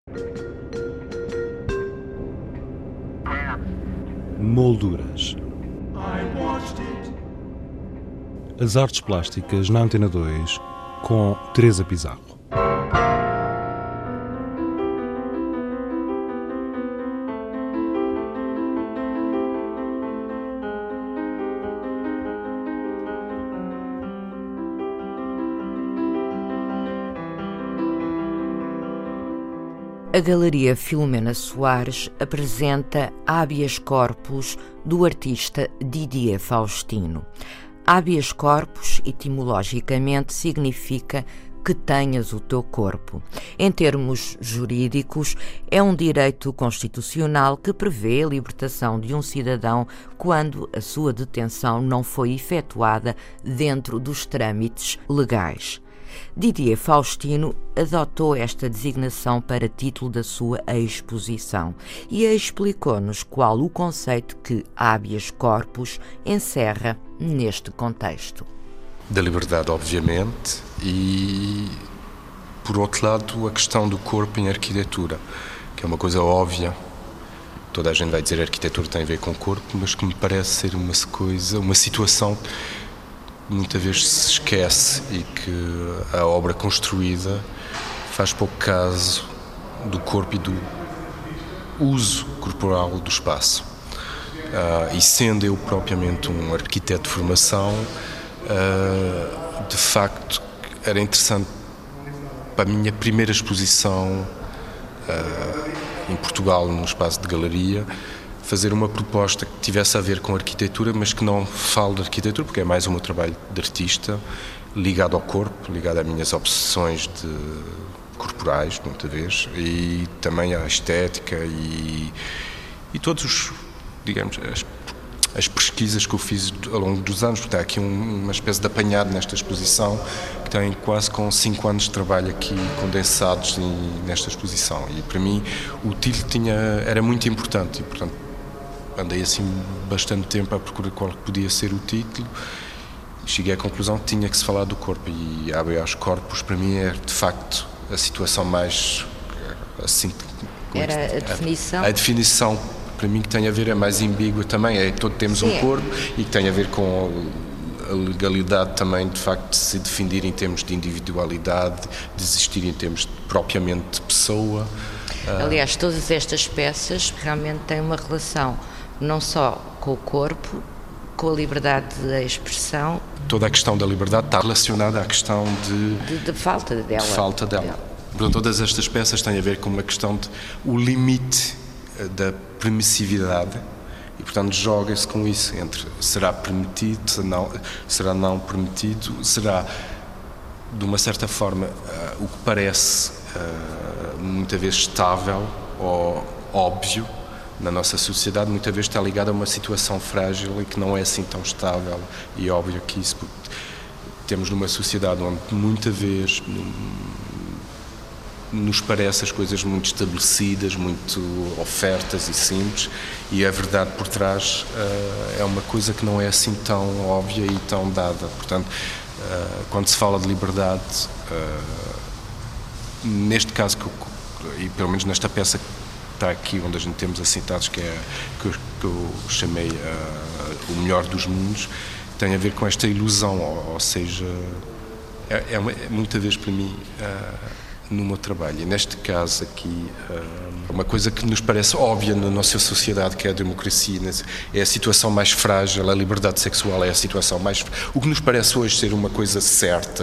Molduras. As artes plásticas na Antena 2 com Teresa Pizarro. A Galeria Filomena Soares apresenta Habeas Corpus do artista Didier Faustino. Habeas corpus, etimologicamente, significa que tenhas o teu corpo. Em termos jurídicos, é um direito constitucional que prevê a libertação de um cidadão quando a sua detenção não foi efetuada dentro dos trâmites legais. Didier Faustino adotou esta designação para título da sua exposição e explicou-nos qual o conceito que habeas corpus encerra neste contexto. Da liberdade, obviamente, e, por outro lado, a questão do corpo em arquitetura, que é uma coisa óbvia. Toda a gente vai dizer que a arquitetura tem a ver com o corpo, mas que me parece ser uma situação muitas vezes se esquece e que a obra construída faz pouco caso do corpo e do uso corporal do espaço. E sendo eu propriamente um arquiteto de formação, de facto era interessante para a minha primeira exposição em Portugal, num espaço de galeria, fazer uma proposta que tivesse a ver com arquitetura, mas que não fale de arquitetura, porque é mais o meu trabalho de artista, ligado ao corpo, ligado às minhas obsessões corporais, muitas vezes, e também à estética e todos os, digamos, as pesquisas que eu fiz ao longo dos anos. Porque há aqui uma espécie de apanhado nesta exposição, que tem quase com 5 anos de trabalho aqui condensados nesta exposição. E para mim o título era muito importante e, portanto, andei assim bastante tempo à procura de qual podia ser o título e cheguei à conclusão que tinha que se falar do corpo. E habeas corpus para mim é de facto a situação mais assim. Era a definição? A definição para mim que tem a ver é mais ambígua também, todos temos um corpo e que tem a ver com a legalidade também, de facto, de se definir em termos de individualidade, de existir em termos de, propriamente de pessoa. Aliás, todas estas peças realmente têm uma relação não só com o corpo, com a liberdade de expressão. Toda a questão da liberdade está relacionada à questão de falta dela. De falta dela. Portanto, todas estas peças têm a ver com uma questão de o limite da permissividade e, portanto, joga-se com isso entre será permitido, será não permitido, será, de uma certa forma, o que parece muitas vezes estável ou óbvio na nossa sociedade, muitas vezes está ligado a uma situação frágil e que não é assim tão estável e óbvio que isso, porque temos numa sociedade onde muitas vezes nos parece as coisas muito estabelecidas, muito ofertas e simples, e a verdade por trás é uma coisa que não é assim tão óbvia e tão dada. Portanto, quando se fala de liberdade, neste caso, e pelo menos nesta peça que está aqui, onde a gente temos assentados, que eu chamei o melhor dos mundos, tem a ver com esta ilusão, ou seja, muitas vezes para mim no meu trabalho, e neste caso aqui, uma coisa que nos parece óbvia na nossa sociedade, que é a democracia, é a situação mais frágil, a liberdade sexual é a situação mais... O que nos parece hoje ser uma coisa certa,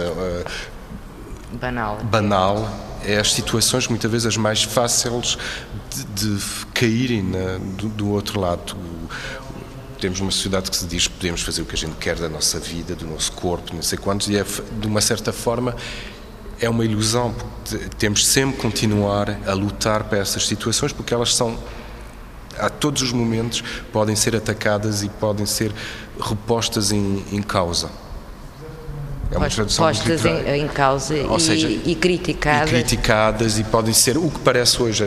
banal, é as situações muitas vezes as mais fáceis de caírem do outro lado. Temos uma sociedade que se diz que podemos fazer o que a gente quer da nossa vida, do nosso corpo, não sei quantos, e de uma certa forma é uma ilusão, porque temos sempre que continuar a lutar para essas situações, porque elas são, a todos os momentos, podem ser atacadas e podem ser repostas em causa. É uma tradução postas em causa, ou seja, e criticadas. E criticadas, e podem ser o que parece hoje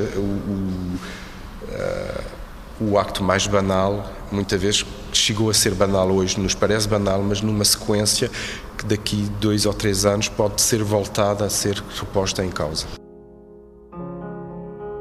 o acto mais banal, muitas vezes chegou a ser banal hoje, nos parece banal, mas numa sequência que daqui 2 ou 3 anos pode ser voltada a ser reposta em causa.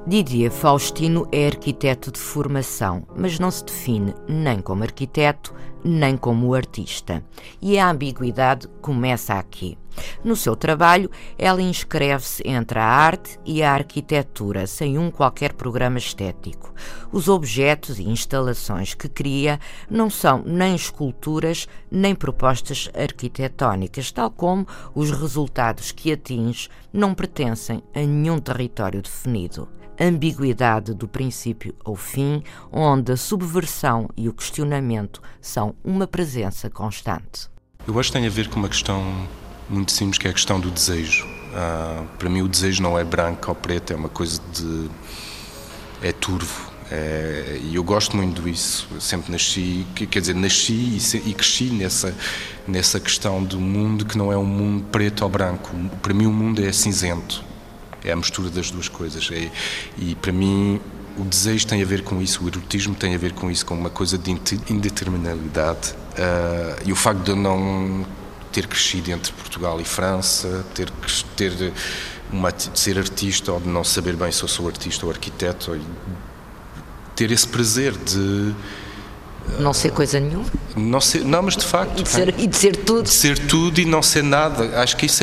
Didier Faustino é arquiteto de formação, mas não se define nem como arquiteto, nem como artista. E a ambiguidade começa aqui. No seu trabalho, ela inscreve-se entre a arte e a arquitetura, sem qualquer programa estético. Os objetos e instalações que cria não são nem esculturas, nem propostas arquitetónicas, tal como os resultados que atinge não pertencem a nenhum território definido. Ambiguidade do princípio ao fim, onde a subversão e o questionamento são uma presença constante. Eu acho que tem a ver com uma questão muito simples, que é a questão do desejo. Para mim o desejo não é branco ou preto, é uma coisa de... é turvo. E eu gosto muito disso. Eu sempre nasci e cresci nessa questão do mundo que não é um mundo preto ou branco. Para mim o mundo é cinzento. É a mistura das duas coisas. E para mim o desejo tem a ver com isso, o erotismo tem a ver com isso, com uma coisa de indeterminabilidade. E o facto de eu não ter crescido entre Portugal e França, de ser artista ou de não saber bem se eu sou artista ou arquiteto, ter esse prazer de... Não ser coisa nenhuma? Não, mas de facto... E de ser tudo? De ser tudo e não ser nada. Acho que isso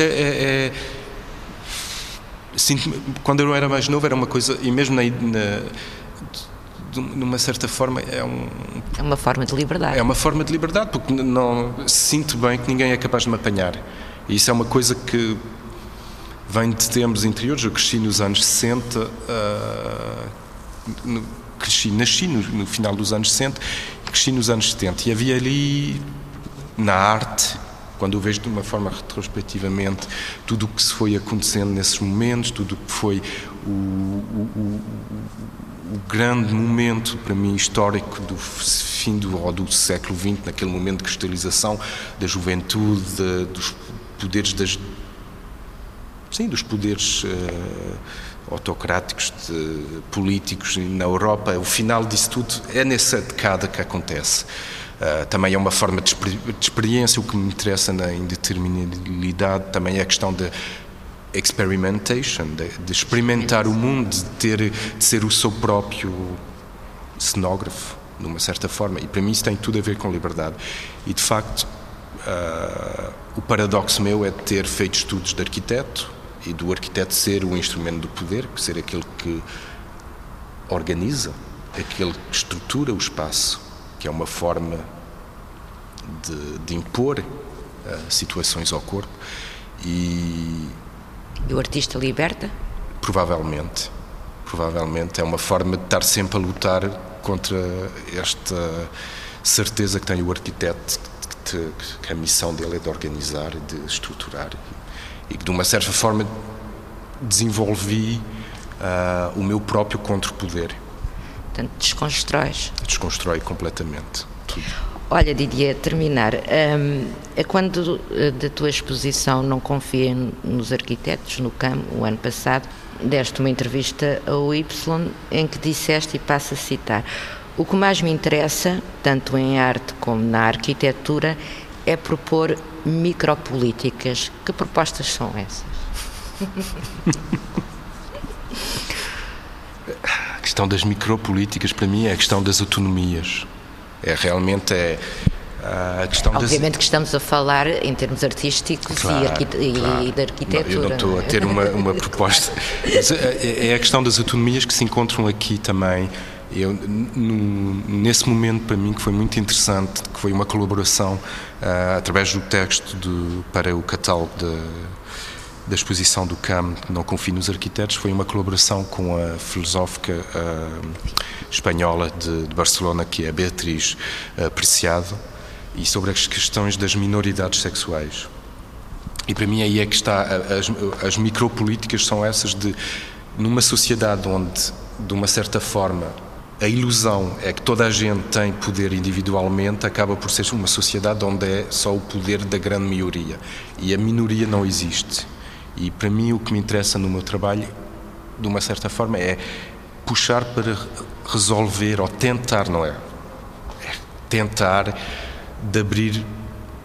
quando eu era mais novo era uma coisa, e mesmo numa certa forma é uma forma de liberdade. É uma forma de liberdade, porque não sinto bem que ninguém é capaz de me apanhar. E isso é uma coisa que vem de tempos interiores. Eu cresci nos anos 60, nasci no final dos anos 60, cresci nos anos 70, e havia ali na arte, quando eu vejo de uma forma retrospectivamente tudo o que se foi acontecendo nesses momentos, tudo o que foi o grande momento para mim histórico do fim do século XX, naquele momento de cristalização da juventude, dos poderes dos poderes autocráticos, políticos na Europa. O final disso tudo é nessa década que acontece. Também é uma forma de experiência. O que me interessa na indeterminabilidade também é a questão de experimentation, de experimentar o mundo, de ser o seu próprio cenógrafo, de uma certa forma. E para mim isso tem tudo a ver com liberdade. E de facto, o paradoxo meu é de ter feito estudos de arquiteto e do arquiteto ser o instrumento do poder, ser aquele que organiza, aquele que estrutura o espaço, que é uma forma de impor situações ao corpo. E o artista liberta? Provavelmente é uma forma de estar sempre a lutar contra esta certeza que tem o arquiteto, que a missão dele é de organizar, de estruturar, e que de uma certa forma desenvolvi o meu próprio contra-poder. Portanto, desconstrói completamente tudo. Olha, Didier, a terminar, quando da tua exposição Não Confia nos Arquitetos, no CAM, o ano passado, deste uma entrevista ao Y em que disseste, e passo a citar: o que mais me interessa, tanto em arte como na arquitetura, é propor micropolíticas. Que propostas são essas? A questão das micropolíticas, para mim, é a questão das autonomias. Realmente a questão Obviamente que estamos a falar em termos artísticos, claro, e da arquitetura. Não, eu não estou a ter uma proposta. Mas é a questão das autonomias que se encontram aqui também. Nesse momento, para mim, que foi muito interessante, que foi uma colaboração através do texto para o catálogo da exposição do CAM, Não Confio nos Arquitetos, foi uma colaboração com a filosófica espanhola de Barcelona, que é Beatriz Preciado, e sobre as questões das minoridades sexuais. E para mim aí é que está, as micropolíticas são essas numa sociedade onde, de uma certa forma, a ilusão é que toda a gente tem poder individualmente, acaba por ser uma sociedade onde é só o poder da grande maioria, e a minoria não existe. E para mim o que me interessa no meu trabalho, de uma certa forma, é puxar para resolver, ou tentar, não é? É tentar de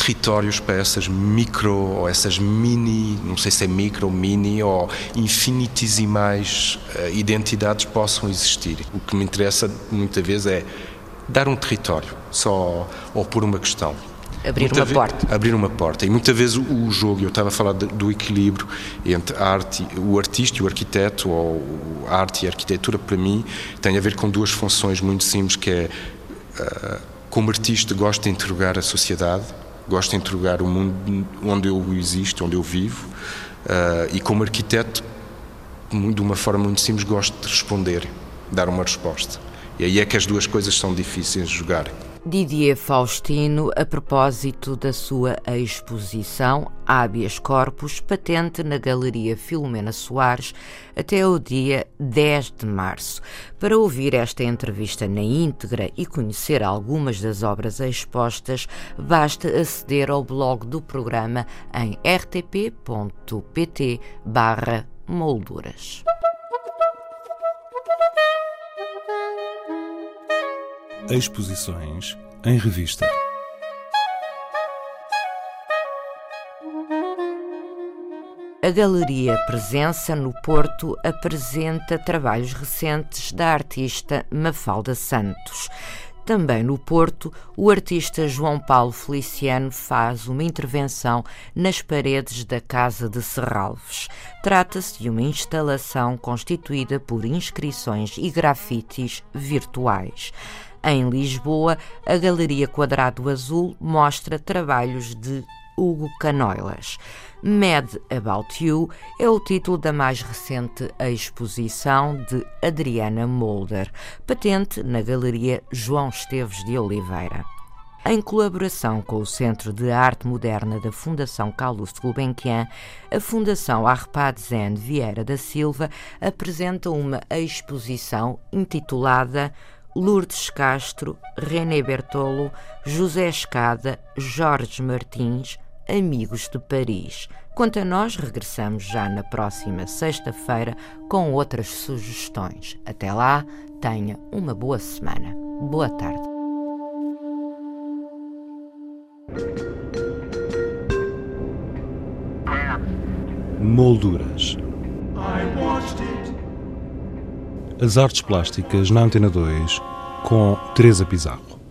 territórios para essas micro ou essas mini, não sei se é micro, mini ou infinitesimais identidades possam existir. O que me interessa muitas vezes é dar um território, só ou por uma questão. Abrir uma porta. E muitas vezes o jogo, eu estava a falar do equilíbrio entre a arte, o artista e o arquiteto, ou a arte e a arquitetura, para mim, tem a ver com duas funções muito simples, que é, como artista, gosto de interrogar a sociedade, gosto de interrogar o mundo onde eu existo, onde eu vivo, e como arquiteto, de uma forma muito simples, gosto de responder, dar uma resposta. E aí é que as duas coisas são difíceis de jogar. Didier Faustino, a propósito da sua exposição Habeas Corpus, patente na Galeria Filomena Soares, até o dia 10 de março. Para ouvir esta entrevista na íntegra e conhecer algumas das obras expostas, basta aceder ao blog do programa em rtp.pt/molduras. Exposições em revista. A Galeria Presença, no Porto, apresenta trabalhos recentes da artista Mafalda Santos. Também no Porto, o artista João Paulo Feliciano faz uma intervenção nas paredes da Casa de Serralves. Trata-se de uma instalação constituída por inscrições e grafites virtuais. Em Lisboa, a Galeria Quadrado Azul mostra trabalhos de Hugo Canoilas. Mad About You é o título da mais recente exposição de Adriana Mulder, patente na Galeria João Esteves de Oliveira. Em colaboração com o Centro de Arte Moderna da Fundação Calouste Gulbenkian, a Fundação Arpad Zen Vieira da Silva apresenta uma exposição intitulada Lourdes Castro, René Bertolo, José Escada, Jorge Martins, Amigos de Paris. Quanto a nós, regressamos já na próxima sexta-feira com outras sugestões. Até lá, tenha uma boa semana. Boa tarde. Molduras. As artes plásticas na Antena 2 com Teresa Pizarro.